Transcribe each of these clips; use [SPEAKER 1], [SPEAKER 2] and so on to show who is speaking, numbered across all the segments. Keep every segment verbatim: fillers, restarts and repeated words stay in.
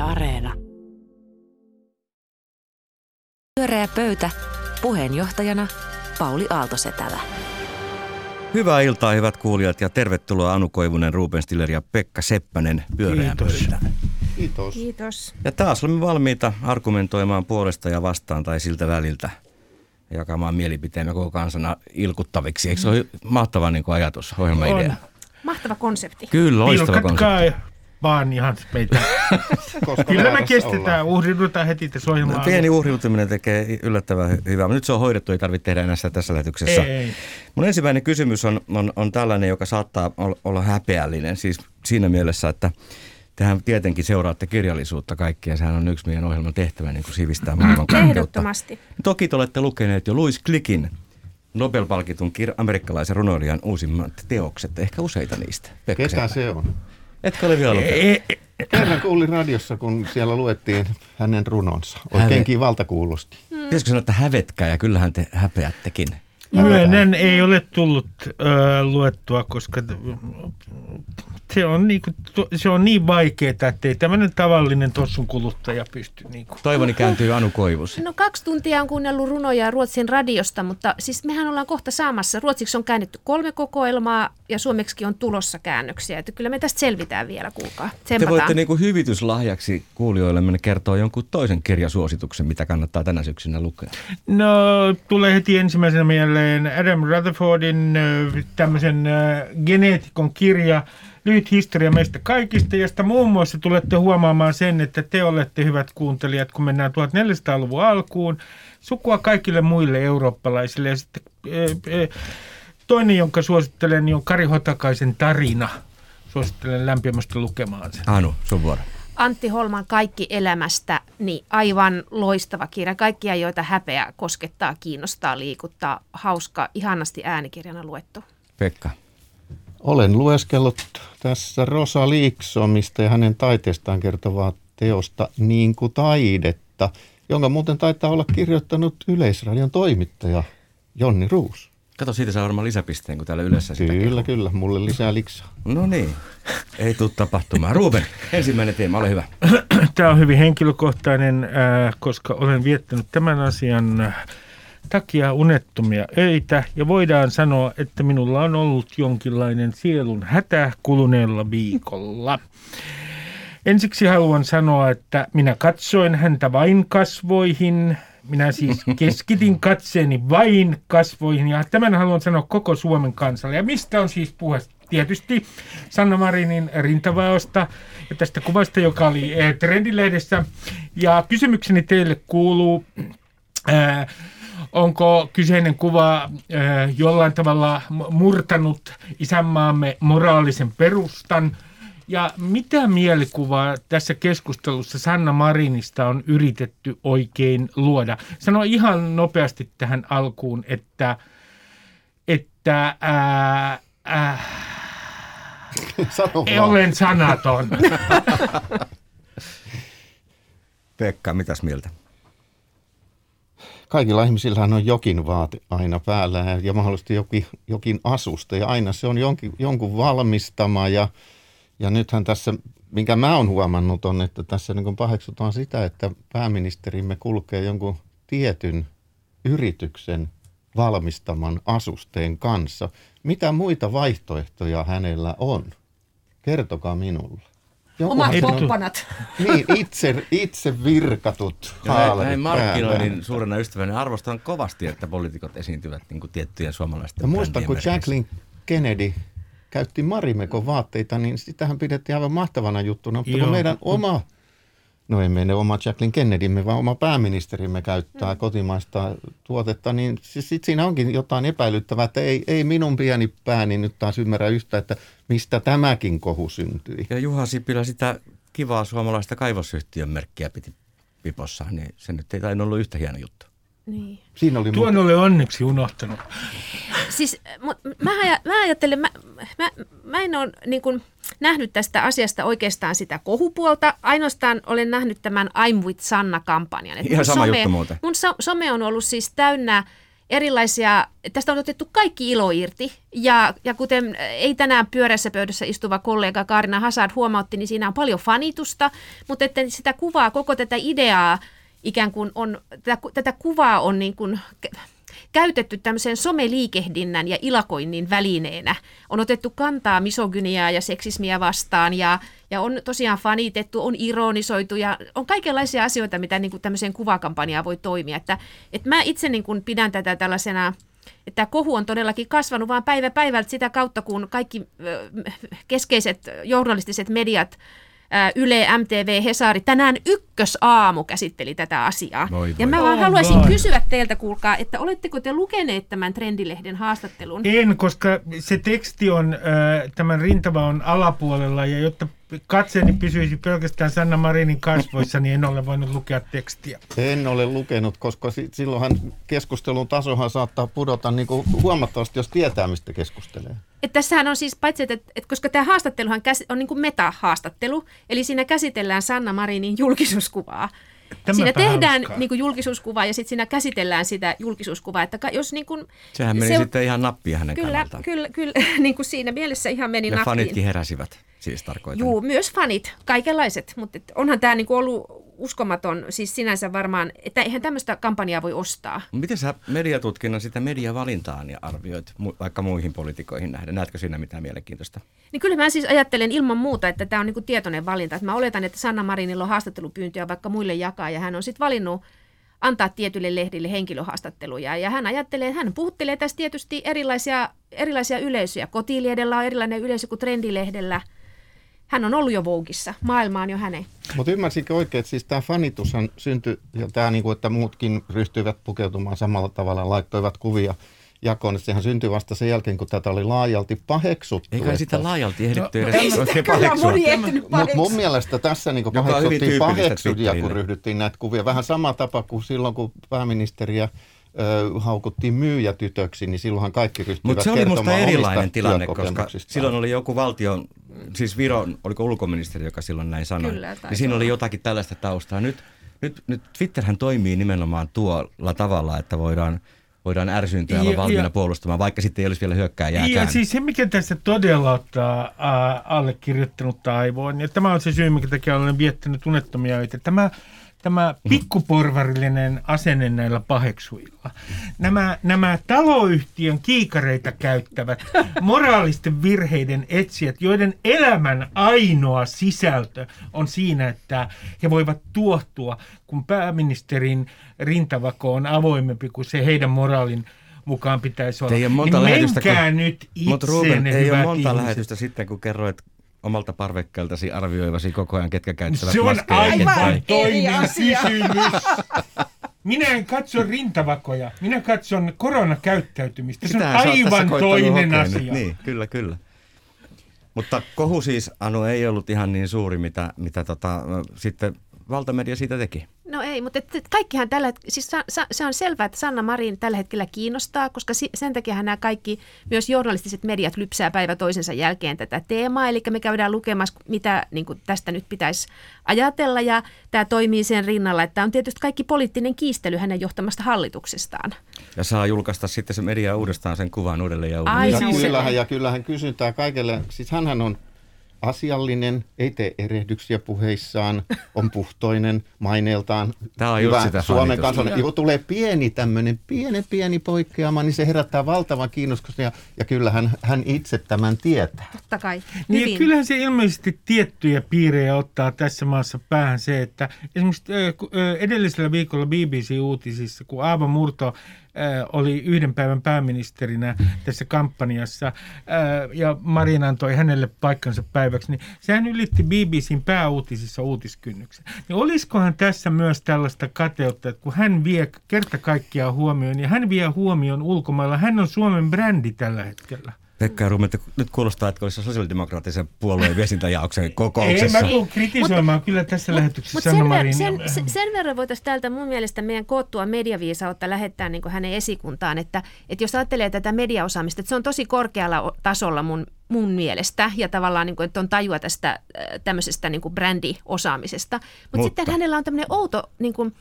[SPEAKER 1] Areena.
[SPEAKER 2] Pyöreä pöytä. Puheenjohtajana Pauli Aaltosetälä.
[SPEAKER 3] Hyvää iltaa, hyvät kuulijat, ja tervetuloa Anu Koivunen, Ruben Stiller ja Pekka Seppänen Pyöreään pöytään.
[SPEAKER 4] Kiitos.
[SPEAKER 5] Kiitos.
[SPEAKER 3] Ja taas olemme valmiita argumentoimaan puolesta ja vastaan tai siltä väliltä, jakamaan mielipiteemme koko kansana ilkuttaviksi. Eikö se ole mahtava niin kuin ajatus, ohjelmaidea?
[SPEAKER 5] On. Mahtava konsepti.
[SPEAKER 3] Kyllä, loistava konsepti.
[SPEAKER 4] Vaan ihan meitä. Kyllä me kestetään, uhriudutaan heti tässä ohjelmaa.
[SPEAKER 3] No, pieni uhriutuminen tekee yllättävän hy- hyvää, mutta nyt se on hoidettu, ei tarvitse tehdä enää sitä tässä lähetyksessä.
[SPEAKER 4] Ei.
[SPEAKER 3] Mun ensimmäinen kysymys on, on, on tällainen, joka saattaa olla häpeällinen, siis siinä mielessä, että tehän tietenkin seuraatte kirjallisuutta kaikkia, ja sehän on yksi meidän ohjelman tehtävä, niin kuin sivistää maailman kaikkeutta.
[SPEAKER 5] Ehdottomasti.
[SPEAKER 3] Toki te olette lukeneet jo Louis Clickin Nobel-palkitun kir- amerikkalaisen runoilijan uusimmat teokset, ehkä useita niistä. Pekka
[SPEAKER 4] Ketä
[SPEAKER 3] Seppä.
[SPEAKER 4] se on?
[SPEAKER 3] Etkö ole vielä lukenut?
[SPEAKER 4] Kerran kuulin radiossa, kun siellä luettiin hänen runonsa. Oikein kivalta kuulosti.
[SPEAKER 3] Pitäisikö sanoa, että hävetkää, ja kyllähän te häpeättekin.
[SPEAKER 6] Myönnän ei ole tullut ö, luettua, koska se on, niinku, se on niin vaikeaa, että ei tämmöinen tavallinen tossun kuluttaja pysty. Niinku.
[SPEAKER 3] Toivoni kääntyy Anu Koivusi.
[SPEAKER 5] No kaksi tuntia on kuunnellut runoja Ruotsin radiosta, mutta siis mehän ollaan kohta saamassa. Ruotsiksi on käännetty kolme kokoelmaa ja suomeksi on tulossa käännöksiä. Että kyllä me tästä selvitään vielä, kuulkaa. Tsempataan.
[SPEAKER 3] Te voitte niin kuin hyvityslahjaksi kuulijoillemme kertoa jonkun toisen kirjasuosituksen, mitä kannattaa tänä syksynä lukea.
[SPEAKER 6] No tulee heti ensimmäisenä mieleen Adam Rutherfordin tämmöisen geneetikon kirja, lyhyt historia meistä kaikista, josta muun muassa tulette huomaamaan sen, että te olette, hyvät kuuntelijat, kun mennään tuhatneljäsataaluvun alkuun, sukua kaikille muille eurooppalaisille. Ja sitten toinen, jonka suosittelen, niin on Kari Hotakaisen tarina. Suosittelen lämpimästi lukemaan sen.
[SPEAKER 3] Anu, sun vuoro.
[SPEAKER 5] Antti Holman Kaikki elämästä, niin aivan loistava kirja. Kaikkia, joita häpeä koskettaa, kiinnostaa, liikuttaa. Hauska, ihanasti äänikirjana luettu.
[SPEAKER 3] Pekka.
[SPEAKER 4] Olen lueskellut tässä Rosa Liiksomista ja hänen taiteestaan kertovaa teosta Niin kuin taidetta, jonka muuten taitaa olla kirjoittanut Yleisradion toimittaja Jonni Ruus.
[SPEAKER 3] Kato, siitä saa varmaan lisäpisteen, kun täällä Ylessä sitä
[SPEAKER 4] Kyllä,
[SPEAKER 3] kehuu.
[SPEAKER 4] kyllä. Mulle lisää liksaa.
[SPEAKER 3] No niin, ei tule tapahtumaan. Ruben, ensimmäinen teema, ole hyvä.
[SPEAKER 6] Tämä on hyvin henkilökohtainen, koska olen viettänyt tämän asian takia unettomia öitä ja voidaan sanoa, että minulla on ollut jonkinlainen sielun hätä kuluneella viikolla. Ensiksi haluan sanoa, että minä katsoin häntä vain kasvoihin. Minä siis keskitin katseeni vain kasvoihin ja tämän haluan sanoa koko Suomen kansalle. Ja mistä on siis puhe? Tietysti Sanna Marinin rintavaosta ja tästä kuvasta, joka oli Trendilehdessä. Ja kysymykseni teille kuuluu, ää, onko kyseinen kuva ää, jollain tavalla murtanut isänmaamme moraalisen perustan? Ja mitä mielikuvaa tässä keskustelussa Sanna Marinista on yritetty oikein luoda? Sano ihan nopeasti tähän alkuun, että, että ää, ää, olen sanaton.
[SPEAKER 3] Pekka, mitäs mieltä?
[SPEAKER 4] Kaikilla ihmisillähän on jokin vaate aina päällä ja mahdollisesti jokin, jokin asuste ja aina se on jonkin, jonkun valmistama ja Ja nythän tässä, minkä mä oon huomannut, on, että tässä niin kuin paheksutaan sitä, että pääministerimme kulkee jonkun tietyn yrityksen valmistaman asusteen kanssa. Mitä muita vaihtoehtoja hänellä on? Kertokaa minulle.
[SPEAKER 5] Omat poppanat.
[SPEAKER 4] Niin, itse, itse virkatut haalerit.
[SPEAKER 3] Näin markkinoinnin suurena ystävänä arvostan kovasti, että poliitikot esiintyvät niin kuin tiettyjen suomalaisten
[SPEAKER 4] ja muistan, kun
[SPEAKER 3] merkissä.
[SPEAKER 4] Jacqueline Kennedy käytti Marimekon vaatteita, niin sitähän pidettiin aivan mahtavana juttuna. Mutta kun meidän oma, no ei meidän oma Jacqueline Kennedymme, vaan oma pääministerimme käyttää mm. kotimaista tuotetta, niin sitten siinä onkin jotain epäilyttävää, että ei, ei minun pieni pääni nyt taas ymmärrä yhtä, että mistä tämäkin kohu syntyi.
[SPEAKER 3] Ja Juha Sipilä sitä kivaa suomalaista kaivosyhtiön merkkiä piti pipossaan, niin se nyt ei tainnut ollut yhtä hieno juttu.
[SPEAKER 5] Niin.
[SPEAKER 4] Siinä oli
[SPEAKER 6] Tuon olen onneksi unohtanut.
[SPEAKER 5] Siis mä, mä ajattelen, mä, mä, mä en ole niin kuin nähnyt tästä asiasta oikeastaan sitä kohupuolta. Ainoastaan olen nähnyt tämän I'm with Sanna-kampanjan.
[SPEAKER 3] Ihan sama
[SPEAKER 5] some,
[SPEAKER 3] juttu muuten.
[SPEAKER 5] Mun so, some on ollut siis täynnä erilaisia, tästä on otettu kaikki ilo irti ja, ja kuten ei tänään pyörässä pöydässä istuva kollega Kaarina Hazard huomautti, niin siinä on paljon fanitusta, mutta että sitä kuvaa, koko tätä ideaa ikään kuin on, tätä, tätä kuvaa on niin kuin käytetty tämmöisen someliikehdinnän ja ilakoinnin välineenä. On otettu kantaa misogyniaa ja seksismiä vastaan ja, ja on tosiaan fanitettu, on ironisoitu ja on kaikenlaisia asioita, mitä niin kuin tämmöiseen kuvakampanjaan voi toimia. Että, että mä itse niin kuin pidän tätä tällaisena, että tämä kohu on todellakin kasvanut vaan päivä päivältä sitä kautta, kun kaikki keskeiset journalistiset mediat, Yle, M T V, Hesari, tänään Ykkösaamu käsitteli tätä asiaa. Voi voi. Ja mä vaan haluaisin oh, kysyä teiltä, kuulkaa, että oletteko te lukeneet tämän Trendilehden haastattelun?
[SPEAKER 6] En, koska se teksti on äh, tämän rintavaun alapuolella ja jotta katseeni pysyisi pelkästään Sanna Marinin kasvoissa, niin en ole voinut lukea tekstiä.
[SPEAKER 4] En ole lukenut, koska silloinhan keskustelun tasohan saattaa pudota niin kuin huomattavasti, jos tietää, mistä keskustelee.
[SPEAKER 5] Että tässähän on siis paitsi, että, että koska tämä haastatteluhan on niin kuin meta-haastattelu, eli siinä käsitellään Sanna Marinin julkisuuskuvaa. Tämäpä siinä tehdään niin kuin julkisuuskuvaa ja sitten siinä käsitellään sitä julkisuuskuvaa. Että jos niin kuin,
[SPEAKER 3] sehän meni se, sitten ihan nappia hänen
[SPEAKER 5] kyllä,
[SPEAKER 3] kannaltaan.
[SPEAKER 5] Kyllä, kyllä niin kuin siinä mielessä ihan meni
[SPEAKER 3] ja
[SPEAKER 5] nappiin.
[SPEAKER 3] Ja fanitkin heräsivät, siis tarkoitan.
[SPEAKER 5] Joo, myös fanit, kaikenlaiset. Mutta onhan tämä niin kuin ollut uskomaton, siis sinänsä varmaan, että eihän tämmöistä kampanjaa voi ostaa.
[SPEAKER 3] Miten sä mediatutkinnan sitä mediavalintaan ja arvioit vaikka muihin poliitikoihin nähden? Näetkö siinä mitään mielenkiintoista?
[SPEAKER 5] Niin kyllä mä siis ajattelen ilman muuta, että tämä on niin kuin tietoinen valinta. Että mä oletan, että Sanna Marinilla on haastattelupyyntöjä vaikka muille jakaa ja hän on sitten valinnut antaa tietyille lehdille henkilöhaastatteluja. Ja hän ajattelee, hän puhuttelee tässä tietysti erilaisia, erilaisia yleisöjä. Kotilehdellä on erilainen yleisö kuin Trendilehdellä. Hän on ollut jo Vogueissa. Maailma on jo hänen.
[SPEAKER 4] Mutta ymmärsinkö oikein, että siis tämä fanitushan syntyi, ja tämä niin kuin, että muutkin ryhtyivät pukeutumaan samalla tavalla, laittoivat kuvia jakoon, että sehän syntyi vasta sen jälkeen, kun tätä oli laajalti paheksuttu.
[SPEAKER 3] Eikä sitä laajalti ehditty
[SPEAKER 5] no, edes no, paheksua.
[SPEAKER 4] Mutta mun mielestä tässä niin paheksuttiin paheksuja, kun ryhdyttiin näitä kuvia. Vähän sama tapa kuin silloin, kun pääministeriä ö, haukuttiin myyjätytöksi, niin silloinhan kaikki ryhtyivät kertomaan omista
[SPEAKER 3] työkokemuksista. Mutta se oli musta erilainen tilanne, koska silloin oli joku valtion, siis Viron, oliko ulkoministeri, joka silloin näin sanoi, Kyllä, niin siinä oli jotakin tällaista taustaa. Nyt, nyt, nyt Twitterhän toimii nimenomaan tuolla tavalla, että voidaan Voidaan ärsyyntyä ja olla valmiina puolustamaan, vaikka sitten ei olisi vielä hyökkääjääkään.
[SPEAKER 6] Ja siis se, mikä tässä todella ottaa äh, allekirjoittanutta aivoon, ja tämä on se syy, mikä takia olen viettänyt unettomia öitä. Tämä, tämä pikkuporvarillinen asenne näillä paheksuilla. Nämä, nämä taloyhtiön kiikareita käyttävät moraalisten virheiden etsijät, joiden elämän ainoa sisältö on siinä, että he voivat tuohtua, kun pääministerin rintavako on avoimempi kuin se heidän moraalin mukaan pitäisi olla. Niin menkää kun, nyt itseenne,
[SPEAKER 3] Ruben, ei ole monta
[SPEAKER 6] ihmiset.
[SPEAKER 3] lähetystä sitten, kun kerroit omalta parvekkeeltasi arvioivasi koko ajan, ketkä käyttävät
[SPEAKER 6] se on
[SPEAKER 3] maskeja.
[SPEAKER 6] aivan toinen kysymys. Minä en katso rintavakoja, minä katson koronakäyttäytymistä. Se
[SPEAKER 3] Sitähän
[SPEAKER 6] on aivan toinen asia.
[SPEAKER 3] Nyt. Niin, kyllä, kyllä. Mutta kohu siis, Anu, ei ollut ihan niin suuri, mitä, mitä tota, sitten valtamedia siitä teki.
[SPEAKER 5] No ei, mutta et, kaikkihan tällä siis sa, sa, se on selvää, että Sanna Marin tällä hetkellä kiinnostaa, koska si, sen takia nämä kaikki, myös journalistiset mediat lypsää päivä toisensa jälkeen tätä teemaa, eli me käydään lukemassa, mitä niin kuin tästä nyt pitäisi ajatella, ja tämä toimii sen rinnalla, että on tietysti kaikki poliittinen kiistely hänen johtamasta hallituksestaan.
[SPEAKER 3] Ja saa julkaista sitten se media uudestaan sen kuvan uudelleen ja uudelleen.
[SPEAKER 4] Ai, ja, siis kyllähän, ja kyllähän kysyntää kaikille, siis hänhän on asiallinen, ei tee erehdyksiä puheissaan, on puhtoinen, maineeltaan
[SPEAKER 3] on
[SPEAKER 4] hyvä Suomen kansalainen. Kun tulee pieni tämmöinen, pieni pieni poikkeama, niin se herättää valtavan kiinnostusta ja, ja kyllähän hän itse tämän tietää.
[SPEAKER 5] Totta kai.
[SPEAKER 6] Niin, kyllähän se ilmeisesti tiettyjä piirejä ottaa tässä maassa päähän se, että esimerkiksi edellisellä viikolla B B C-uutisissa, kun Aavo Murto oli yhden päivän pääministerinä tässä kampanjassa ja Marin antoi hänelle paikkansa päiväksi, niin sehän ylitti B B C:n pääuutisissa uutiskynnyksen. Niin olisikohan tässä myös tällaista kateutta, että kun hän vie kerta kaikkiaan huomioon ja hän vie huomioon ulkomailla, hän on Suomen brändi tällä hetkellä.
[SPEAKER 3] Pekka ja Ruben, nyt kuulostaa, että olisi sosiaalidemokraattisen puolueen viestintäjaoksen kokouksessa.
[SPEAKER 6] Ei mä tulen kritisoimaan kyllä tässä mut, lähetyksessä
[SPEAKER 5] Sanna
[SPEAKER 6] Marinia.
[SPEAKER 5] Sen, sen, sen verran voitaisiin täältä mun mielestä meidän koottua mediaviisautta lähettää niin kuin hänen esikuntaan, että, että jos ajattelee tätä mediaosaamista, että se on tosi korkealla tasolla mun, mun mielestä ja tavallaan, niin kuin, että on tajua tästä tämmöisestä niin kuin brändiosaamisesta. Mut Mutta sitten hänellä on tämmöinen outo niin kuin,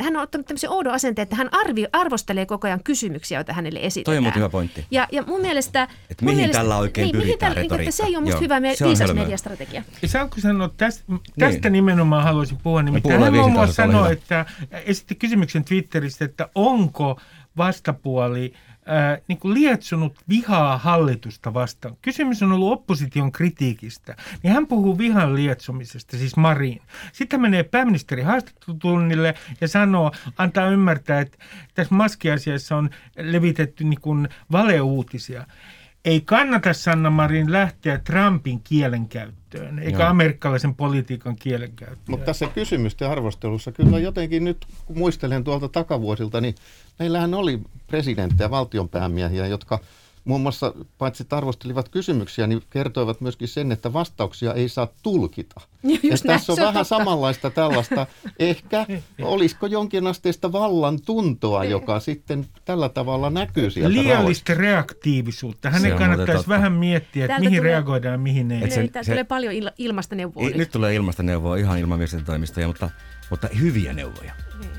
[SPEAKER 5] hän on ottanut tämmöisen oudon asenteen, että hän arvi, arvostelee koko ajan kysymyksiä, joita hänelle esitetään.
[SPEAKER 3] Toi on muuten hyvä pointti.
[SPEAKER 5] Ja, ja mun mielestä...
[SPEAKER 3] Että mihin
[SPEAKER 5] mielestä,
[SPEAKER 3] tällä oikein
[SPEAKER 5] niin,
[SPEAKER 3] pyritään
[SPEAKER 5] mihin
[SPEAKER 3] retoriikka.
[SPEAKER 5] Se ei ole musta
[SPEAKER 3] Joo,
[SPEAKER 5] hyvä me,
[SPEAKER 3] se on
[SPEAKER 5] viisas
[SPEAKER 3] hölmöä.
[SPEAKER 5] mediastrategia.
[SPEAKER 6] Saanko sanoa, tästä, tästä niin. nimenomaan haluaisin puhua, nimittäin
[SPEAKER 3] puhutaan
[SPEAKER 6] hän muun muassa
[SPEAKER 3] viisitoista,
[SPEAKER 6] sanoi,
[SPEAKER 3] ole
[SPEAKER 6] että esitti kysymyksen Twitterissä, että onko vastapuoli ää, niin kuin lietsonut vihaa hallitusta vastaan. Kysymys on ollut opposition kritiikistä. Niin hän puhuu vihan lietsomisesta, siis Marin. Sitten hän menee pääministerin haastattelutunnille ja sanoo, antaa ymmärtää, että tässä maskiasiassa on levitetty niin kuin valeuutisia. Ei kannata, Sanna Marin, lähteä Trumpin kielenkäyttöön, eikä Joo. amerikkalaisen politiikan kielenkäyttöön.
[SPEAKER 4] Mutta tässä kysymysten arvostelussa kyllä jotenkin nyt, kun muistelen tuolta takavuosilta, niin meillähän oli presidenttejä ja valtionpäämiehiä, jotka muun muassa paitsi arvostelivat kysymyksiä, niin kertoivat myöskin sen, että vastauksia ei saa tulkita. Tässä on vähän totta. Samanlaista tällaista, ehkä olisiko jonkinasteista vallan tuntoa, joka sitten tällä tavalla näkyy sieltä
[SPEAKER 6] liiallista reaktiivisuutta. Hänen kannattaisi vähän miettiä, että täältä mihin tulee, reagoidaan ja mihin ei.
[SPEAKER 5] Sen, Täällä se, tulee paljon il, ilmasta neuvoa.
[SPEAKER 3] Nyt. nyt tulee ilmasta neuvoa, ihan ilman viestintätoimistoja, mutta, mutta hyviä neuvoja. Niin.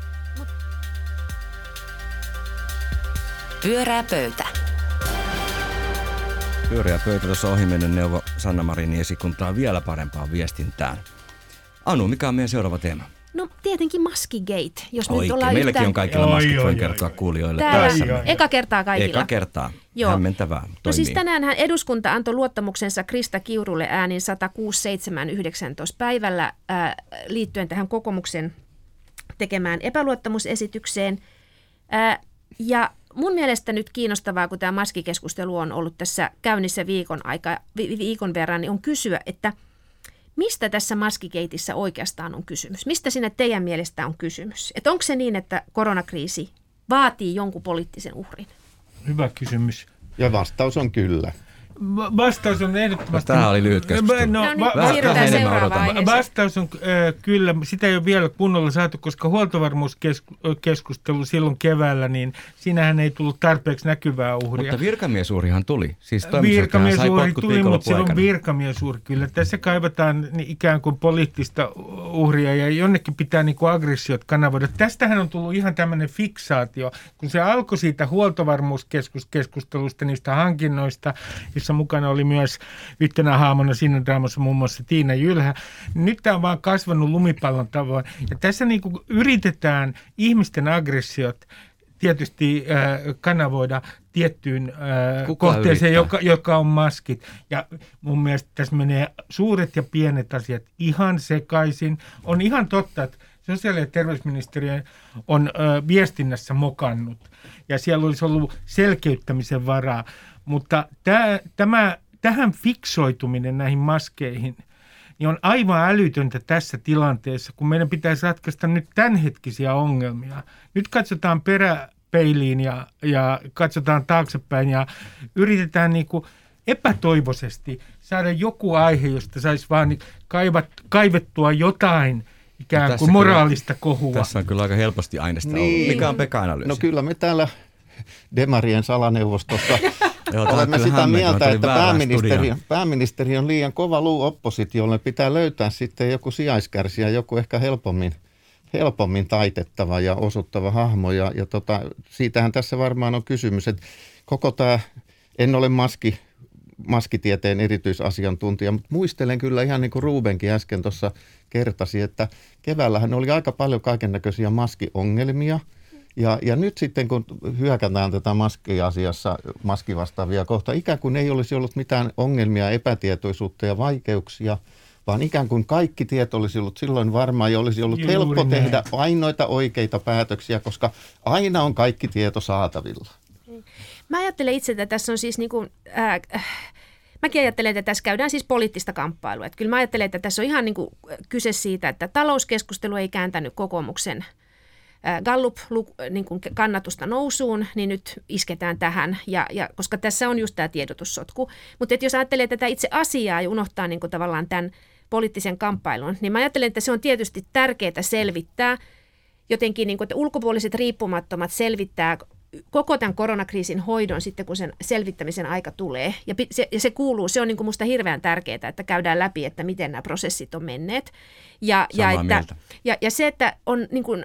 [SPEAKER 2] Pyörää pöytä.
[SPEAKER 3] Pyöreä pöytä tuossa ohimennen neuvo Sanna Marinin esikuntaa vielä parempaan viestintään. Anu, mikä on meidän seuraava teema?
[SPEAKER 5] No tietenkin Maskigate. Jos
[SPEAKER 3] Oikein,
[SPEAKER 5] nyt ollaan
[SPEAKER 3] meilläkin
[SPEAKER 5] yhtään...
[SPEAKER 3] on kaikilla maskit, voin kertoa kuulijoille.
[SPEAKER 5] Täällä, eka kertaa kaikilla.
[SPEAKER 3] Eka kertaa, Joo. hämmentävää, toimii.
[SPEAKER 5] No siis tänäänhän eduskunta antoi luottamuksensa Krista Kiurulle äänin sata kuusi seitsemän yhdeksäntoista päivällä ää, liittyen tähän kokoomuksen tekemään epäluottamusesitykseen. Ää, ja mun mielestä nyt kiinnostavaa, kun tämä maskikeskustelu on ollut tässä käynnissä viikon, aika, vi, viikon verran, niin on kysyä, että mistä tässä maskikeitissä oikeastaan on kysymys? Mistä siinä teidän mielestä on kysymys? Että onko se niin, että koronakriisi vaatii jonkun poliittisen uhrin?
[SPEAKER 6] Hyvä kysymys.
[SPEAKER 4] Ja vastaus on kyllä.
[SPEAKER 6] Va- vastaus on ehdottomasti...
[SPEAKER 3] No, tämä oli lyhyt keskustelu.
[SPEAKER 5] No, no niin, va- siirrytään seuraavaan aiheeseen.
[SPEAKER 6] Vastaus on äh, kyllä, sitä ei ole vielä kunnolla saatu, koska huoltovarmuuskeskustelu silloin keväällä, niin siinähän ei tullut tarpeeksi näkyvää uhria.
[SPEAKER 3] Mutta virkamiesuhrihan tuli. Siis
[SPEAKER 6] virkamiesuhri tuli, mutta se on virkamiesuhri kyllä. Tässä kaivataan niin ikään kuin poliittista uhria ja jonnekin pitää niin kuin aggressiot kanavoida. Tästähän on tullut ihan tämmöinen fiksaatio, kun se alkoi siitä huoltovarmuuskeskustelusta, niistä hankinnoista, jossa mukana oli myös yhtenä haamona siinä draamassa muun muassa Tiina Jylhä. Nyt tämä on vaan kasvanut lumipallon tavoin. Ja tässä niin kuin yritetään ihmisten aggressiot tietysti äh, kanavoida tiettyyn äh, kohteeseen, joka, joka on maskit. Ja mun mielestä tässä menee suuret ja pienet asiat ihan sekaisin. On ihan totta, että sosiaali- ja terveysministeriö on äh, viestinnässä mokannut. Ja siellä olisi ollut selkeyttämisen varaa. Mutta tämä, tämä, tähän fiksoituminen näihin maskeihin niin on aivan älytöntä tässä tilanteessa, kun meidän pitäisi ratkaista nyt tämänhetkisiä ongelmia. Nyt katsotaan peräpeiliin ja, ja katsotaan taaksepäin ja yritetään niin kuin epätoivoisesti saada joku aihe, josta saisi vaan niin kaivat, kaivettua jotain ikään kuin moraalista kohua.
[SPEAKER 3] Tässä on kyllä aika helposti aineesta
[SPEAKER 4] niin.
[SPEAKER 3] ollut. Mikä on Pekan analyysi?
[SPEAKER 4] No kyllä me täällä Demarien salaneuvostossa olemme sitä mieltä, että pääministeri, pääministeri on liian kova luu oppositiolle. Pitää löytää sitten joku sijaiskärsijä, joku ehkä helpommin, helpommin taitettava ja osuttava hahmo. Ja, ja tota, siitähän tässä varmaan on kysymys, että koko tämä, en ole maski, maskitieteen erityisasiantuntija, mutta muistelen kyllä ihan niin kuin Rubenkin äsken tuossa kertasi, että keväällähän oli aika paljon kaikennäköisiä maskiongelmia. Ja, ja nyt sitten, kun hyökätään tätä maskiasiassa maskivastaavia kohta, ikään kuin ei olisi ollut mitään ongelmia, epätietoisuutta ja vaikeuksia, vaan ikään kuin kaikki tieto olisi ollut silloin varmaa ja olisi ollut Juuri helppo näin. tehdä ainoita oikeita päätöksiä, koska aina on kaikki tieto saatavilla.
[SPEAKER 5] Mä ajattelen itse, että tässä on siis niin kuin, äh, mäkin ajattelen, että tässä käydään siis poliittista kamppailua. Että kyllä mä ajattelen, että tässä on ihan niin kuin kyse siitä, että talouskeskustelu ei kääntänyt kokoomuksen Gallup niin kuin kannatusta nousuun, niin nyt isketään tähän, ja, ja, koska tässä on just tämä tiedotussotku. Mutta jos ajattelee tätä itse asiaa ja unohtaa niin kuin tavallaan tämän poliittisen kamppailun, niin mä ajattelen, että se on tietysti tärkeää selvittää, jotenkin niin kuin, että ulkopuoliset riippumattomat selvittää koko tämän koronakriisin hoidon sitten, kun sen selvittämisen aika tulee. Ja se, ja se kuuluu, se on niin kuin musta hirveän tärkeää, että käydään läpi, että miten nämä prosessit on menneet. Ja, ja, että, ja, ja se, että on niin kuin,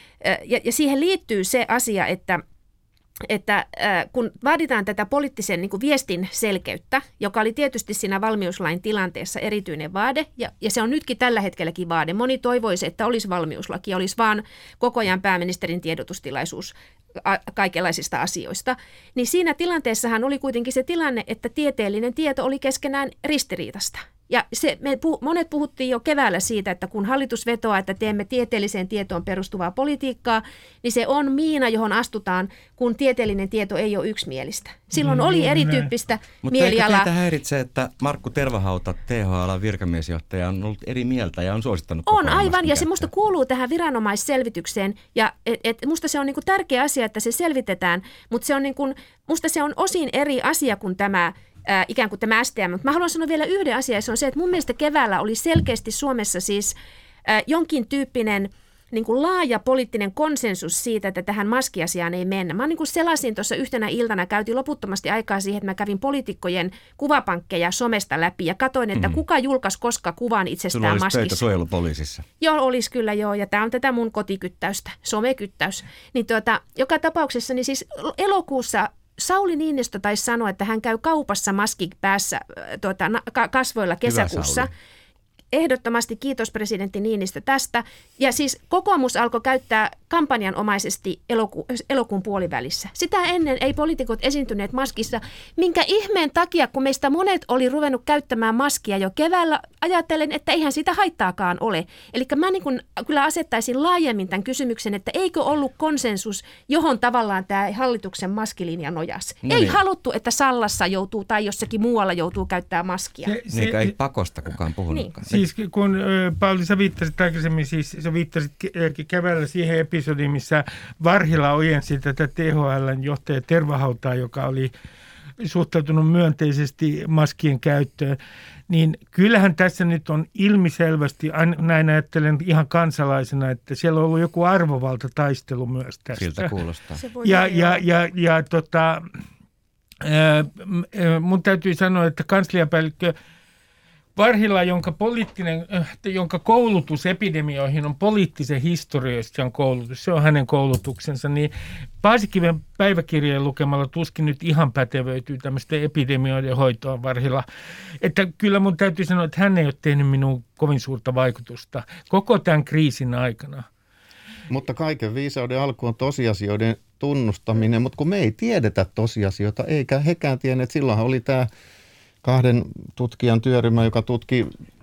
[SPEAKER 5] ja, ja siihen liittyy se asia, että että äh, kun vaaditaan tätä poliittisen niin kuin viestin selkeyttä, joka oli tietysti siinä valmiuslain tilanteessa erityinen vaade, ja, ja se on nytkin tällä hetkelläkin vaade. Moni toivoisi, että olisi valmiuslaki, olisi vaan koko ajan pääministerin tiedotustilaisuus a- kaikenlaisista asioista. Niin siinä tilanteessahan oli kuitenkin se tilanne, että tieteellinen tieto oli keskenään ristiriitasta. Ja se, me puh- monet puhuttiin jo keväällä siitä, että kun hallitus vetoaa, että teemme tieteelliseen tietoon perustuvaa politiikkaa, niin se on miina, johon astutaan, kun tieteellinen tieto ei ole yksimielistä. Silloin oli erityyppistä mielialaa.
[SPEAKER 3] Mutta eikö teitä häiritsee, että Markku Tervahauta, T H L:n virkamiesjohtaja, on ollut eri mieltä ja on suosittanut koko
[SPEAKER 5] On aivan, ja
[SPEAKER 3] käyttöä.
[SPEAKER 5] se musta kuuluu tähän viranomaisselvitykseen, ja et, et, musta se on niinku tärkeä asia, että se selvitetään, mutta se on niinku, musta se on osin eri asia kuin tämä Äh, ikään kuin tämä S T M. Mutta mä haluan sanoa vielä yhden asian, ja se on se, että mun mielestä keväällä oli selkeästi Suomessa siis äh, jonkin tyyppinen niin kuin laaja poliittinen konsensus siitä, että tähän maskiasiaan ei mennä. Mä niin kuin selasin tuossa yhtenä iltana, käytiin loputtomasti aikaa siihen, että mä kävin poliitikkojen kuvapankkeja somesta läpi ja katsoin, että mm. kuka julkaisi koska kuvan itsestään
[SPEAKER 3] maskissa. Sulla olisi
[SPEAKER 5] maskissa.
[SPEAKER 3] töitä suojelupoliisissa.
[SPEAKER 5] Joo, olisi kyllä joo, ja tämä on tätä mun kotikyttäystä, somekyttäys. Niin tuota, joka tapauksessa, niin siis elokuussa Sauli Niinistö taisi sanoa, että hän käy kaupassa maski päässä tuota, kasvoilla kesäkuussa. Ehdottomasti kiitos presidentti Niinistö tästä. Ja siis kokoomus alkoi käyttää kampanjanomaisesti eloku- elokuun puolivälissä. Sitä ennen ei poliitikot esiintyneet maskissa, minkä ihmeen takia, kun meistä monet oli ruvennut käyttämään maskia jo keväällä, ajattelen, että eihän sitä haittaakaan ole. Eli mä niin kun kyllä asettaisin laajemmin tämän kysymyksen, että eikö ollut konsensus, johon tavallaan tämä hallituksen maskilinja nojasi. No ei niin. haluttu, että Sallassa joutuu tai jossakin muualla joutuu käyttämään maskia.
[SPEAKER 6] Se, se,
[SPEAKER 3] niin ei pakosta kukaan puhunutkaan.
[SPEAKER 5] Niin.
[SPEAKER 6] Siis kun Pauli, sä viittasit aikaisemmin, siis sä viittasit keväällä siihen episodiin, missä Varhila ojensi tätä T H L:n johtaja Tervahautaa, joka oli suhtautunut myönteisesti maskien käyttöön, niin kyllähän tässä nyt on ilmiselvästi, näin ajattelen ihan kansalaisena, että siellä on ollut joku arvovaltataistelu myös tästä.
[SPEAKER 3] Siltä kuulostaa.
[SPEAKER 6] Ja, ja, ja, ja tota, mun täytyy sanoa, että kansliapäällikkö Varhila, jonka, poliittinen, jonka koulutus epidemioihin on poliittisen historiallisen koulutus, se on hänen koulutuksensa, niin Paasikiven päiväkirjeen lukemalla tuskin nyt ihan pätevöityy tämmöistä epidemioiden hoitoa Varhila. Että kyllä mun täytyy sanoa, että hän ei ole tehnyt minun kovin suurta vaikutusta koko tämän kriisin aikana.
[SPEAKER 4] Mutta kaiken viisauden alku on tosiasioiden tunnustaminen, mutta kun me ei tiedetä tosiasioita, eikä hekään tienneet, silloinhan oli tämä kahden tutkijan työryhmä, joka tutki,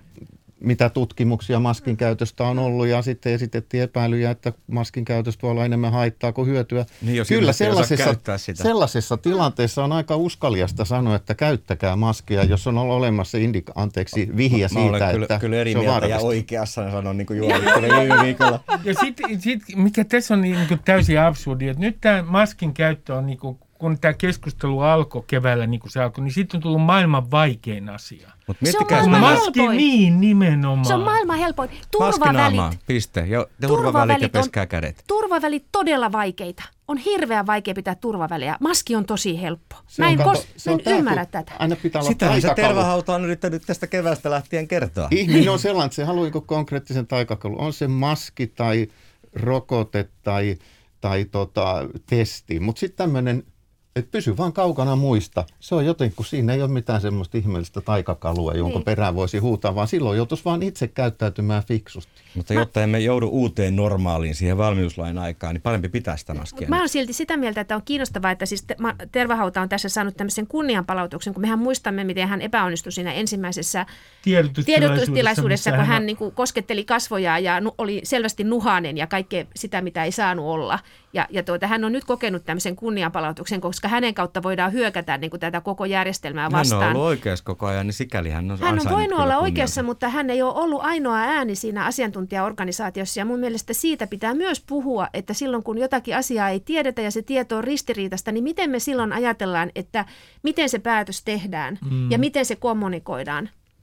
[SPEAKER 4] mitä tutkimuksia maskin käytöstä on ollut, ja sitten esitettiin epäilyjä, että maskin käytöstä voi olla enemmän haittaa kuin hyötyä.
[SPEAKER 3] Niin,
[SPEAKER 4] kyllä sellaisessa, sellaisessa tilanteessa on aika uskaliasta sanoa, että käyttäkää maskia, jos on ollut olemassa indika- anteeksi, vihja siitä,
[SPEAKER 3] mä olen
[SPEAKER 4] että
[SPEAKER 3] kyllä eri
[SPEAKER 4] se on
[SPEAKER 3] mieltä
[SPEAKER 4] varmasti.
[SPEAKER 3] Ja oikeassa sanon, niin kuin juolittelin viime viikolla.
[SPEAKER 6] Ja sitten, sit, mikä tässä on niin kuin täysin absurdi, että nyt tämä maskin käyttö on niin kuin, kun tämä keskustelu alkoi keväällä, niin kuin se alkoi, niin siitä on tullut maailman vaikein asia.
[SPEAKER 3] Mut
[SPEAKER 5] se on
[SPEAKER 3] maailman
[SPEAKER 6] maski, helpoin. Niin, nimenomaan.
[SPEAKER 5] Se on maailman helpoin.
[SPEAKER 3] Turvavälit. Piste. Jo, turvavälit ja peskää kädet.
[SPEAKER 5] Turvavälit todella vaikeita. On hirveän vaikea pitää turvaväliä. Maski on tosi helppo.
[SPEAKER 4] Se
[SPEAKER 5] Mä en,
[SPEAKER 4] on,
[SPEAKER 5] kos-
[SPEAKER 4] kato, se
[SPEAKER 5] mä
[SPEAKER 4] on
[SPEAKER 5] en ymmärrä tätä.
[SPEAKER 4] Aina pitää olla
[SPEAKER 3] Sitähän se
[SPEAKER 4] taikakalu.
[SPEAKER 3] Tervahauta on yrittänyt tästä keväästä lähtien kertoa.
[SPEAKER 4] Ihminen on sellainen, että se haluaa joku konkreettisen taikakalu. On se maski tai rokote tai, tai tota, testi. Mutta sitten tämmöinen, että pysy vaan kaukana muista. Se on jotenkin, kun siinä ei ole mitään semmoista ihmeellistä taikakalua, jonka niin. perään voisi huutaa, vaan silloin joutuisi vaan itse käyttäytymään fiksusti.
[SPEAKER 3] Mutta jotta emme joudu uuteen normaaliin siihen valmiuslain aikaan, niin parempi pitää sitä maskia.
[SPEAKER 5] Mä oon silti sitä mieltä, että on kiinnostavaa, että siis Tervahauta on tässä saanut tämmöisen kunnianpalautuksen, kun mehän muistamme, miten hän epäonnistui siinä ensimmäisessä tiedotustilaisuudessa, kun hän niin kuin kosketteli kasvoja ja oli selvästi nuhainen ja kaikkea sitä, mitä ei saanut olla. Ja, ja tuota, hän on nyt kokenut tämmöisen kunnianpalautuksen, koska hänen kautta voidaan hyökätä niin kuin tätä koko järjestelmää vastaan.
[SPEAKER 3] Hän on ollut oikeassa koko ajan, niin sikäli hän on
[SPEAKER 5] Hän on voinut olla oikeassa, mutta hän ei ole ollut ainoa ääni siinä asiantuntijaorganisaatiossa. Ja mun mielestä siitä pitää myös puhua, että silloin kun jotakin asiaa ei tiedetä ja se tieto on ristiriitaista, niin miten me silloin ajatellaan, että miten se päätös tehdään mm. ja miten se kommunikoidaan.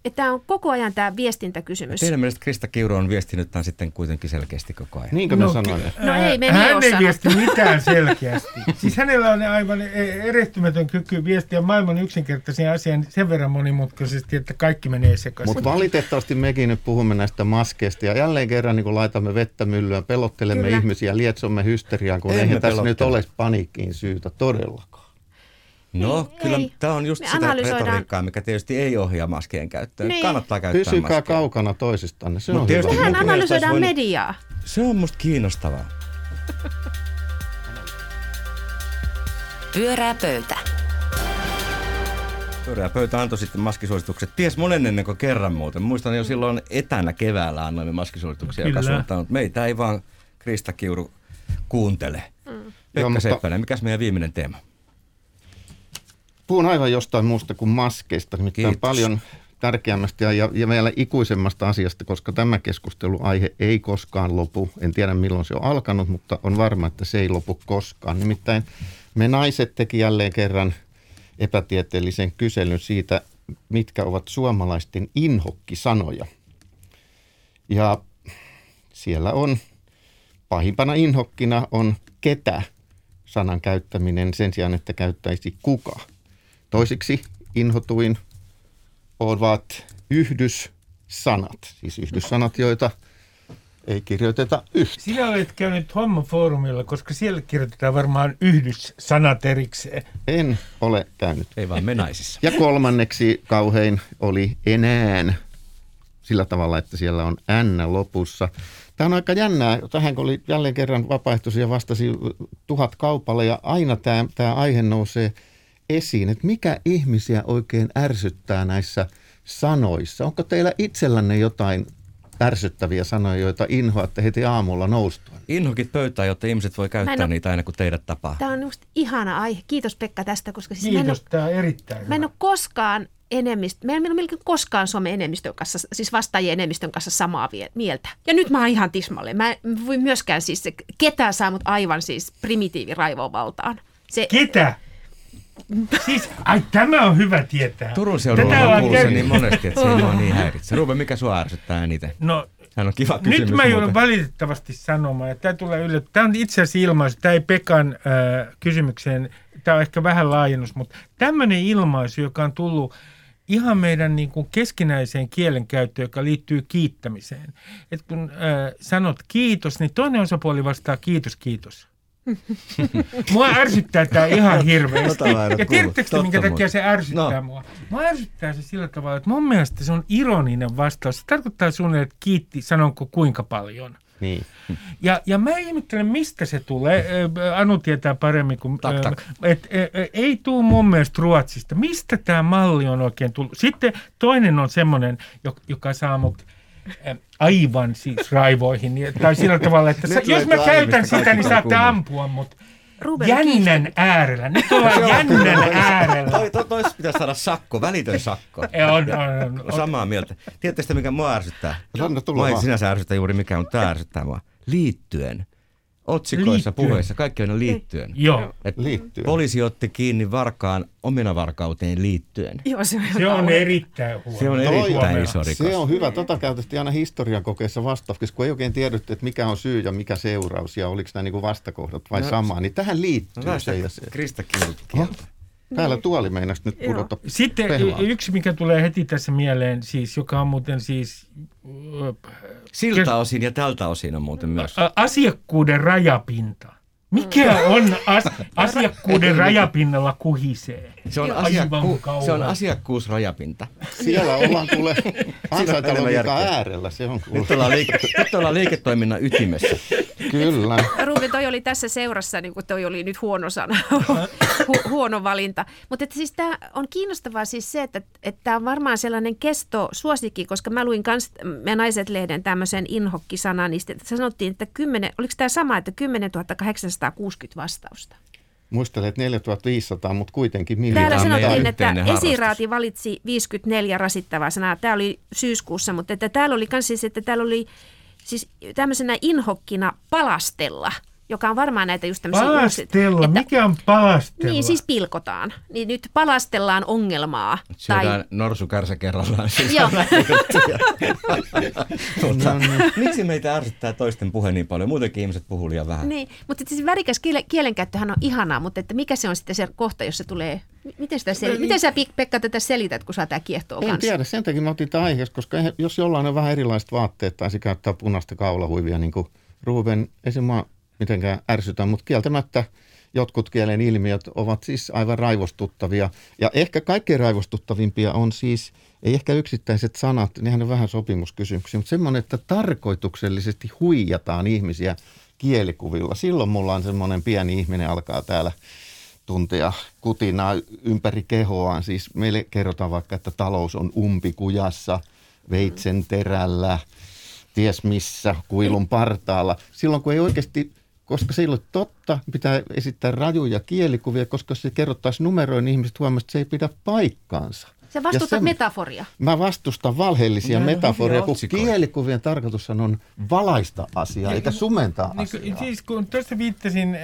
[SPEAKER 5] Tämä on koko ajan tämä viestintäkysymys.
[SPEAKER 3] Teidän mielestä Krista Kiuru on viestinyt tämän sitten kuitenkin selkeästi koko ajan.
[SPEAKER 4] Niinkö mä
[SPEAKER 6] No,
[SPEAKER 4] sanoin?
[SPEAKER 5] No ei, me
[SPEAKER 6] Hän
[SPEAKER 5] niin ole
[SPEAKER 6] ei
[SPEAKER 5] sanottu.
[SPEAKER 6] viesti mitään selkeästi. Siis hänellä on aivan erehtymätön kyky viestiä maailman yksinkertaisia asian sen verran monimutkaisesti, että kaikki menee sekaisin.
[SPEAKER 4] Mutta valitettavasti mekin nyt puhumme näistä maskeista ja jälleen kerran niin kun laitamme vettä myllyä, pelottelemme
[SPEAKER 5] Kyllä.
[SPEAKER 4] ihmisiä, lietsomme hysteriaan, kun
[SPEAKER 3] Emme
[SPEAKER 4] eihän tässä
[SPEAKER 3] pelottele.
[SPEAKER 4] nyt ole paniikkiin syytä todellakaan.
[SPEAKER 3] No,
[SPEAKER 5] Ei,
[SPEAKER 3] kyllä
[SPEAKER 5] ei.
[SPEAKER 3] tämä on just
[SPEAKER 5] Me
[SPEAKER 3] sitä
[SPEAKER 5] analysoidaan-
[SPEAKER 3] retoriikkaa, mikä tietysti ei ohjaa maskien käyttöön.
[SPEAKER 5] Niin.
[SPEAKER 3] Kannattaa käyttää
[SPEAKER 4] Pysykää
[SPEAKER 3] maskeja.
[SPEAKER 4] kaukana toisistanne, se
[SPEAKER 3] Mut
[SPEAKER 4] on
[SPEAKER 3] tietysti
[SPEAKER 4] hyvä.
[SPEAKER 5] Mehän
[SPEAKER 3] mun mielestä
[SPEAKER 5] analysoidaan
[SPEAKER 3] olisi voinut-
[SPEAKER 5] mediaa.
[SPEAKER 3] Se on musta kiinnostavaa.
[SPEAKER 2] Pyörää pöytä.
[SPEAKER 3] Pyörää pöytä antoi sitten maskisuositukset. Ties monen ennen kuin kerran muuten. Muistan jo silloin etänä keväällä annoimme maskisuosituksia joka
[SPEAKER 6] Kyllä.
[SPEAKER 3] suuntaan. Mutta meitä ei vaan Krista Kiuru kuuntele.
[SPEAKER 5] Mm.
[SPEAKER 4] Joo,
[SPEAKER 3] Pekka
[SPEAKER 4] mutta-
[SPEAKER 3] Seppänen, mikäs meidän viimeinen teema?
[SPEAKER 4] Puhun aivan jostain muusta kuin maskeista, nimittäin
[SPEAKER 3] Kiitos.
[SPEAKER 4] paljon tärkeämmästä ja, ja vielä ikuisemmasta asiasta, koska tämä keskusteluaihe ei koskaan lopu. En tiedä milloin se on alkanut, mutta on varma, että se ei lopu koskaan. Nimittäin me naiset teki jälleen kerran epätieteellisen kyselyn siitä, mitkä ovat suomalaisten inhokkisanoja. Ja siellä on pahimpana inhokkina on ketä sanan käyttäminen sen sijaan, että käyttäisi kuka. Toisiksi inhotuin ovat yhdyssanat, siis yhdyssanat, joita ei kirjoiteta yhtä.
[SPEAKER 6] Sinä olet käynyt Hommofoorumilla, koska siellä kirjoitetaan varmaan yhdyssanat erikseen.
[SPEAKER 4] En ole käynyt.
[SPEAKER 3] Ei vaan me naisissa.
[SPEAKER 4] Ja kolmanneksi kauhein oli enään sillä tavalla, että siellä on N lopussa. Tämä on aika jännää. Tähän kun oli jälleen kerran vapaaehtoisia vastasi tuhat kaupalla ja aina tämä, tämä aihe nousee esiin, että mikä ihmisiä oikein ärsyttää näissä sanoissa. Onko teillä itsellänne jotain ärsyttäviä sanoja, joita inhoatte heti aamulla noustua?
[SPEAKER 3] Inhokit pöytään, jotta ihmiset voi
[SPEAKER 5] Mä
[SPEAKER 3] käyttää
[SPEAKER 5] en oo-
[SPEAKER 3] niitä aina kun teidät tapaa.
[SPEAKER 5] Tämä on just ihana aihe. Kiitos Pekka tästä, koska siis mä en,
[SPEAKER 6] Kiitos,
[SPEAKER 5] ole,
[SPEAKER 6] tämä on erittäin
[SPEAKER 5] mä en
[SPEAKER 6] hyvä.
[SPEAKER 5] ole koskaan enemmistö, mä en ole melkein koskaan Suomen enemmistön kanssa, siis vastaajien enemmistön kanssa samaa vie- mieltä. Ja nyt mä oon ihan tismalle. Mä en voi myöskään siis, se- ketään saa mut aivan siis primitiiviraivovaltaan. Se,
[SPEAKER 6] Ketä? Siis, ai tämä on hyvä tietää.
[SPEAKER 3] Turun seudulla
[SPEAKER 6] Tätä
[SPEAKER 3] on
[SPEAKER 6] ollaan
[SPEAKER 3] kuullut sen
[SPEAKER 6] käyty-
[SPEAKER 3] niin monesti, että se ei mua niin häiritse. Ruben, mikä sua ärsyttää eniten?
[SPEAKER 6] No,
[SPEAKER 3] Hän on kiva kysymys.
[SPEAKER 6] nyt mä joudun
[SPEAKER 3] muuten.
[SPEAKER 6] valitettavasti sanomaan, ja tämä tulee yllättä. Tämä on itse asiassa ilmaisu, tämä ei Pekan äh, kysymykseen, tämä on ehkä vähän laajennus, mutta tämmöinen ilmaisu, joka on tullut ihan meidän niin kuin keskinäiseen kielenkäyttöön, joka liittyy kiittämiseen. Että kun äh, sanot kiitos, niin toinen osapuoli vastaa kiitos, kiitos. Mua ärsyttää tämä ihan hirveästi.
[SPEAKER 3] Tota mä en oo
[SPEAKER 6] Ja tiedättekö te,
[SPEAKER 3] kuullut.
[SPEAKER 6] minkä
[SPEAKER 3] Totta
[SPEAKER 6] takia se ärsyttää
[SPEAKER 3] No.
[SPEAKER 6] mua? Mua ärsyttää se sillä tavalla, että mun mielestä se on ironinen vastaus. Se tarkoittaa suunnilleen, että kiitti, sanonko kuinka paljon.
[SPEAKER 4] Niin.
[SPEAKER 6] Ja, ja mä ihmettelen, mistä se tulee. Ö, Anu tietää paremmin kuin...
[SPEAKER 3] Tak, tak.
[SPEAKER 6] Et, e, e, ei tule mun mielestä Ruotsista. Mistä tämä malli on oikein tullut? Sitten toinen on semmoinen, jo- joka saa mut ä, aivan siis raivoihin. Ja- Tai sillä tavalla, että sä,
[SPEAKER 3] Nyt
[SPEAKER 6] jos mä
[SPEAKER 3] löytyy
[SPEAKER 6] käytän
[SPEAKER 3] aiemmista
[SPEAKER 6] sitä, niin
[SPEAKER 3] kaikki
[SPEAKER 6] saatte
[SPEAKER 3] kuumaa.
[SPEAKER 6] ampua mut.
[SPEAKER 5] Ruben on
[SPEAKER 6] Jännän äärellä. Nyt ollaan jännän äärellä.
[SPEAKER 3] Toi, toi, tois pitäisi saada sakko, välitön sakko.
[SPEAKER 6] Ja On, on, on, on.
[SPEAKER 3] Samaa mieltä. Tiedättekö sitä, mikä mua ärsyttää?
[SPEAKER 4] Anna tulla
[SPEAKER 3] Mua ei
[SPEAKER 4] vaan.
[SPEAKER 3] sinänsä ärsytä juuri mikään, mutta tämä ärsyttää mua. Liittyen. Otsikoissa,
[SPEAKER 6] Liittyen.
[SPEAKER 3] puheissa, kaikki on aina liittyen.
[SPEAKER 6] Joo.
[SPEAKER 3] Et
[SPEAKER 4] Liittyen.
[SPEAKER 3] poliisi otti kiinni varkaan ominavarkauteen liittyen.
[SPEAKER 5] Joo, se on,
[SPEAKER 6] Se on erittäin huono.
[SPEAKER 3] Se on
[SPEAKER 4] Toi
[SPEAKER 3] erittäin
[SPEAKER 4] on-
[SPEAKER 3] iso rikos.
[SPEAKER 4] Se on hyvä. Tota käytettiin aina historian kokeessa vastauksessa, kun ei oikein tiedetty, että mikä on syy ja mikä seuraus ja oliko nämä niin vastakohdat vai
[SPEAKER 3] No,
[SPEAKER 4] samaa. Niin tähän
[SPEAKER 3] No,
[SPEAKER 4] liittyy
[SPEAKER 3] väistä
[SPEAKER 4] se ja se.
[SPEAKER 3] Krista Kiuru kieltä.
[SPEAKER 4] Täällä tuoli meinasi nyt
[SPEAKER 5] Joo.
[SPEAKER 4] pudota
[SPEAKER 6] Sitten
[SPEAKER 4] pehlaan.
[SPEAKER 6] yksi, mikä tulee heti tässä mieleen, siis, joka on muuten siis ö,
[SPEAKER 3] Siltä osin ja tältä osin on muuten myös.
[SPEAKER 6] ä, asiakkuuden rajapinta. Mikä on as, asiakkuuden rajapinnalla kuhisee?
[SPEAKER 3] Se on,
[SPEAKER 6] Aivan
[SPEAKER 3] asiakku,
[SPEAKER 6] kauhean.
[SPEAKER 3] se on asiakkuusrajapinta.
[SPEAKER 4] Siellä ollaan kuule
[SPEAKER 3] enemmän
[SPEAKER 4] ansaintalogiikan
[SPEAKER 3] järkeä.
[SPEAKER 4] äärellä. Se on kuule.
[SPEAKER 3] Nyt ollaan, liike, nyt ollaan liiketoiminnan ytimessä.
[SPEAKER 4] Kyllä.
[SPEAKER 5] Ruben, toi oli tässä seurassa, niin kuin toi oli nyt huono sana, Hu- huono valinta. Mutta siis tämä on kiinnostavaa siis se, että tämä on varmaan sellainen kestosuosikki, koska mä luin kans Me Naiset-lehden tämmöisen inhokkisanan, niin sitten sanottiin, että kymmenen, oliko tämä sama, että kymmenentuhatta kahdeksansataakuusikymmentä vastausta.
[SPEAKER 4] Muistelet neljätuhattaviisisataa, mutta kuitenkin
[SPEAKER 5] Täällä
[SPEAKER 4] miljoonaa.
[SPEAKER 3] on meidän
[SPEAKER 5] sanottiin, että
[SPEAKER 3] yhteinen harrastus.
[SPEAKER 5] esiraati valitsi viisikymmentäneljä rasittavaa sanaa. Tämä oli syyskuussa, mutta että täällä oli myös siis, että täällä oli siis tämmöisenä inhokkina palastella joka on varmaan näitä just tämmöisiä
[SPEAKER 6] Palastella,
[SPEAKER 5] uusia, että,
[SPEAKER 6] mikä on palastella?
[SPEAKER 5] Niin, siis pilkotaan. Niin nyt palastellaan ongelmaa.
[SPEAKER 3] Syödään
[SPEAKER 5] tai...
[SPEAKER 3] norsukärsä kerrallaan.
[SPEAKER 5] Joo.
[SPEAKER 3] Mutta, miksi meitä ärsyttää toisten puhe niin paljon? Muutenkin ihmiset puhuu liian vähän.
[SPEAKER 5] Niin, mutta siis värikäs kielenkäyttöhän on ihanaa, mutta että mikä se on sitten se kohta, jos se tulee... Miten, sitä sel... Miten sä, Pekka, tätä selität, kun sä tämä kiehtoo
[SPEAKER 4] en
[SPEAKER 5] kanssa?
[SPEAKER 4] En tiedä, sen takia mä otin tämän aiheesta, koska jos jollain on vähän erilaiset vaatteet tai se käyttää punaista kaulahuivia, niin kuin Ruben, ei se mua mitenkään ärsytä, mutta kieltämättä jotkut kielen ilmiöt ovat siis aivan raivostuttavia. Ja ehkä kaikkein raivostuttavimpia on siis, ei ehkä yksittäiset sanat, nehän on vähän sopimuskysymyksiä, mutta semmoinen, että tarkoituksellisesti huijataan ihmisiä kielikuvilla. Silloin mulla on semmoinen pieni ihminen alkaa täällä tuntea kutinaa ympäri kehoaan. Siis meille kerrotaan vaikka, että talous on umpikujassa, veitsen terällä, ties missä, kuilun partaalla. Silloin kun ei oikeasti, koska se ei ole totta, pitää esittää rajuja kielikuvia, koska se kerrottaisiin numeroin, niin ihmiset huomasivat, että se ei pidä paikkaansa.
[SPEAKER 5] Sä vastustat
[SPEAKER 4] sen,
[SPEAKER 5] metaforia.
[SPEAKER 4] Mä vastustan valheellisia
[SPEAKER 3] no,
[SPEAKER 4] metaforia, kun kielikuvien tarkoitus on valaista asiaa, eikä sumentaa
[SPEAKER 6] niin,
[SPEAKER 4] asiaa.
[SPEAKER 6] Siis kun tuossa viittasin,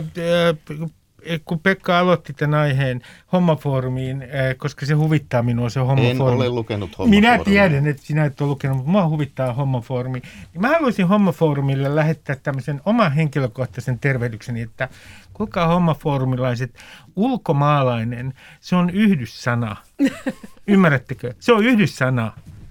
[SPEAKER 6] äh, äh, kun Pekka aloitti tämän aiheen Hommafoorumiin, äh, koska se huvittaa minua se Hommafoorumi.
[SPEAKER 4] En ole lukenut Hommafoorumia.
[SPEAKER 6] Minä tiedän, että sinä et ole lukenut, mutta minua huvittaa Hommafoorumi. Niin mä haluaisin Hommafoorumille lähettää tämmöisen oman henkilökohtaisen tervehdykseni, että kuinka hommafoorumilaiset, ulkomaalainen, se on yhdyssana. Ymmärrättekö? Se on yhdyssana.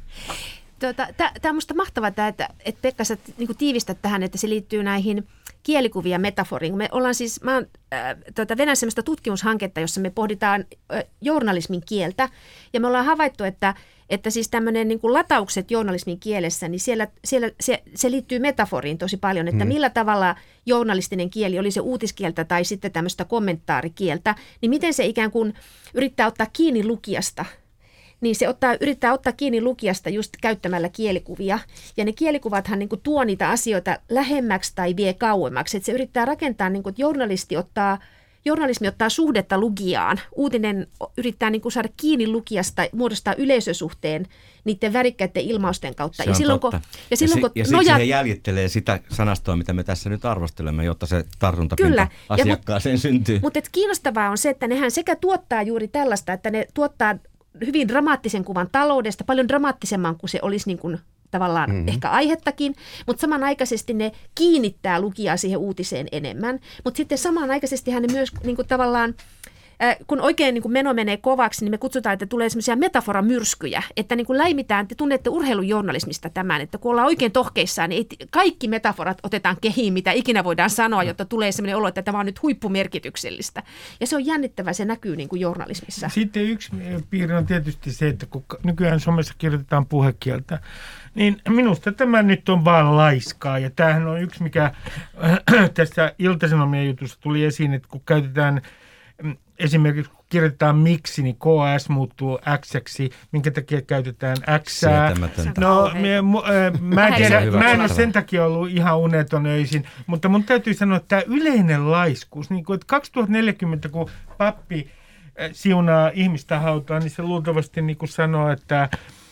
[SPEAKER 5] Tuota, Tämä on minusta mahtavaa, että, että Pekka, sä niin tiivistät tähän, että se liittyy näihin kielikuvia ja metaforiin. Me ollaan siis, mä oon äh, tuota, venäjä sellaista tutkimushanketta, jossa me pohditaan äh, journalismin kieltä, ja me ollaan havaittu, että että siis tämmöinen niin kuin lataukset journalismin kielessä, niin siellä, siellä se, se liittyy metaforiin tosi paljon, että mm. millä tavalla journalistinen kieli, oli se uutiskieltä tai sitten tämmöistä kommentaarikieltä, niin miten se ikään kuin yrittää ottaa kiinni lukijasta. Niin se ottaa, yrittää ottaa kiinni lukijasta just käyttämällä kielikuvia. Ja ne kielikuvathan niin kuin tuo niitä asioita lähemmäksi tai vie kauemmaksi. Että se yrittää rakentaa, niin kuin, että journalisti ottaa... Journalismi ottaa suhdetta lukijaan. Uutinen yrittää niin kuin saada kiinni lukijasta, muodostaa yleisösuhteen niiden värikkäiden ilmausten kautta.
[SPEAKER 3] Se on
[SPEAKER 5] ja silloin,
[SPEAKER 3] totta.
[SPEAKER 5] kun, ja silloin,
[SPEAKER 3] ja,
[SPEAKER 5] kun
[SPEAKER 3] si- ja siksi
[SPEAKER 5] noja...
[SPEAKER 3] he jäljittelee sitä sanastoa, mitä me tässä nyt arvostelemme, jotta se tartuntapinta
[SPEAKER 5] Kyllä.
[SPEAKER 3] asiakkaaseen
[SPEAKER 5] mut,
[SPEAKER 3] syntyy.
[SPEAKER 5] Mutta kiinnostavaa on se, että nehän sekä tuottaa juuri tällaista, että ne tuottaa hyvin dramaattisen kuvan taloudesta, paljon dramaattisemman kuin se olisi niin kuin tavallaan mm-hmm. ehkä aihettakin, mutta samanaikaisesti ne kiinnittää lukijaa siihen uutiseen enemmän. Mutta sitten samanaikaisesti ne myös niin kuin tavallaan, äh, kun oikein niin kuin meno menee kovaksi, niin me kutsutaan, että tulee semmoisia metaforamyrskyjä, että niin kuin läimitään, te tunnette urheilujournalismista tämän, että kun ollaan oikein tohkeissaan, niin ei, kaikki metaforat otetaan kehiin, mitä ikinä voidaan sanoa, jotta tulee semmoinen olo, että tämä on nyt huippumerkityksellistä. Ja se on jännittävää, se näkyy niin kuin journalismissa.
[SPEAKER 6] Sitten yksi piirre on tietysti se, että kun nykyään somessa kirjoitetaan puhekieltä, niin minusta tämä nyt on vaan laiskaa. Ja tämähän on yksi, mikä äh, tässä Ilta-Sanomien jutussa tuli esiin, että kun käytetään esimerkiksi, kun kirjoitetaan miksi, niin K S muuttuu X-ksi, minkä takia käytetään X. No, me, äh, mä, en tiedä, mä en ole sen takia ollut ihan uneton öisin, mutta mun täytyy sanoa, että tämä yleinen laiskuus, niin kuin, että kaksituhattaneljäkymmentä, kun pappi äh, siunaa ihmistä hautaan, niin se luultavasti niin kuin sanoo, että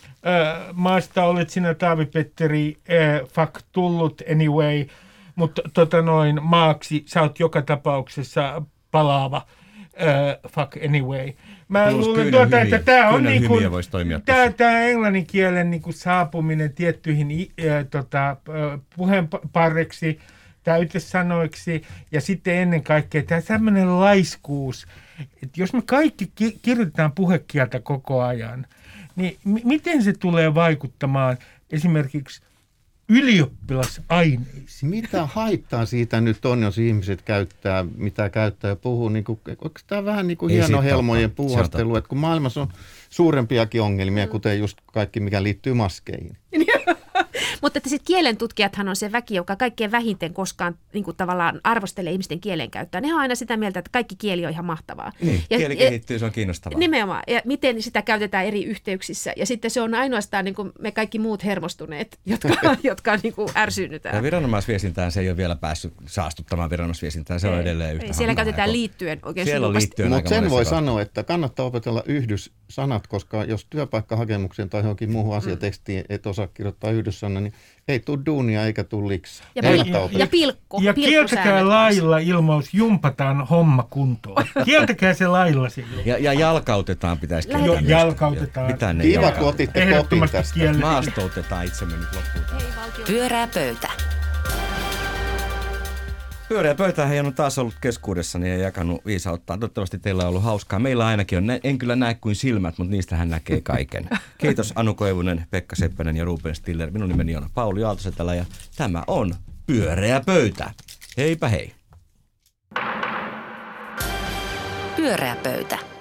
[SPEAKER 6] maasta olet sinä, Taavi-Petteri, äh, fuck tullut anyway, mutta tota noin, maaksi sä oot joka tapauksessa palaava, äh, fuck anyway. Mä
[SPEAKER 3] Plus
[SPEAKER 6] luulen, tuota, että tämä on niin kuin, tämä, tämä englannin kielen niin kuin saapuminen tiettyihin äh, tota, äh, puheenparreksi, täytesanoiksi ja sitten ennen kaikkea tämä tämmöinen laiskuus, että jos me kaikki ki- kirjoitetaan puhekieltä koko ajan, niin m- miten se tulee vaikuttamaan esimerkiksi ylioppilasaineisiin?
[SPEAKER 4] Mitä haittaa siitä nyt on, jos ihmiset käyttää, mitä käyttää ja puhuu? Niin kuin, onko tämä vähän niin kuin hieno helmojen puuhastelu, että kun maailmassa on suurempiakin ongelmia, kuten just kaikki, mikä liittyy maskeihin.
[SPEAKER 5] Mutta että sitten kielentutkijathan on se väki, joka kaikkein vähiten koskaan niin kuin tavallaan arvostelee ihmisten kielenkäyttöä. Ne on aina sitä mieltä, että kaikki kieli on ihan mahtavaa.
[SPEAKER 3] Niin, ja, kieli kehittyy, se on kiinnostavaa.
[SPEAKER 5] Nimenomaan. Ja miten sitä käytetään eri yhteyksissä. Ja sitten se on ainoastaan niin kuin me kaikki muut hermostuneet, jotka, jotka niin kuin ärsyynnytään.
[SPEAKER 3] Ja viranomaisviestintään se ei ole vielä päässyt saastuttamaan viranomaisviestintään. Se on edelleen yhtä.
[SPEAKER 5] Siellä käytetään liittyen oikein
[SPEAKER 3] Siellä on liittyen.
[SPEAKER 4] Mutta sen voi kohta sanoa, että kannattaa opetella yhdyssanat, koska jos työpaikkahakemuksen tai johonkin muuhun asiatekstiin et osaa kirjoittaa yhdyssanan, niin ei tule duunia eikä tule liksaa.
[SPEAKER 5] Ja,
[SPEAKER 4] Ei
[SPEAKER 5] pil-
[SPEAKER 4] tauteta.
[SPEAKER 5] ja pilkku.
[SPEAKER 6] Ja
[SPEAKER 5] pilkkusäännöt
[SPEAKER 6] kieltäkää
[SPEAKER 5] kanssa.
[SPEAKER 6] lailla ilmaus, jumpataan homma kuntoon. Kieltäkää se lailla se ilmaus.
[SPEAKER 3] Ja, ja jalkautetaan pitäisi
[SPEAKER 5] Lähetään.
[SPEAKER 3] kieltää
[SPEAKER 6] Joo,
[SPEAKER 3] myöskin.
[SPEAKER 6] jalkautetaan.
[SPEAKER 3] Mitä ne
[SPEAKER 4] Kiva, kun
[SPEAKER 3] jalkautetaan?
[SPEAKER 4] otitte kopin
[SPEAKER 6] Ehdottomasti
[SPEAKER 4] tästä.
[SPEAKER 6] kielletään.
[SPEAKER 3] Maastoutetaan itsemme nyt loppuun.
[SPEAKER 5] Hei, valtio-
[SPEAKER 2] Pyöreä pöytä.
[SPEAKER 3] Pyöreä pöytä hän on taas ollut keskuudessani ja jakanut viisauttaa. Toivottavasti teillä on ollut hauskaa. Meillä ainakin on, en kyllä näe kuin silmät, mutta niistä hän näkee kaiken. Kiitos Anu Koivunen, Pekka Seppänen ja Ruben Stiller. Minun nimeni on Pauli Aaltosetälä ja tämä on Pyöreä pöytä. Heipä hei.
[SPEAKER 2] Pyöreä pöytä.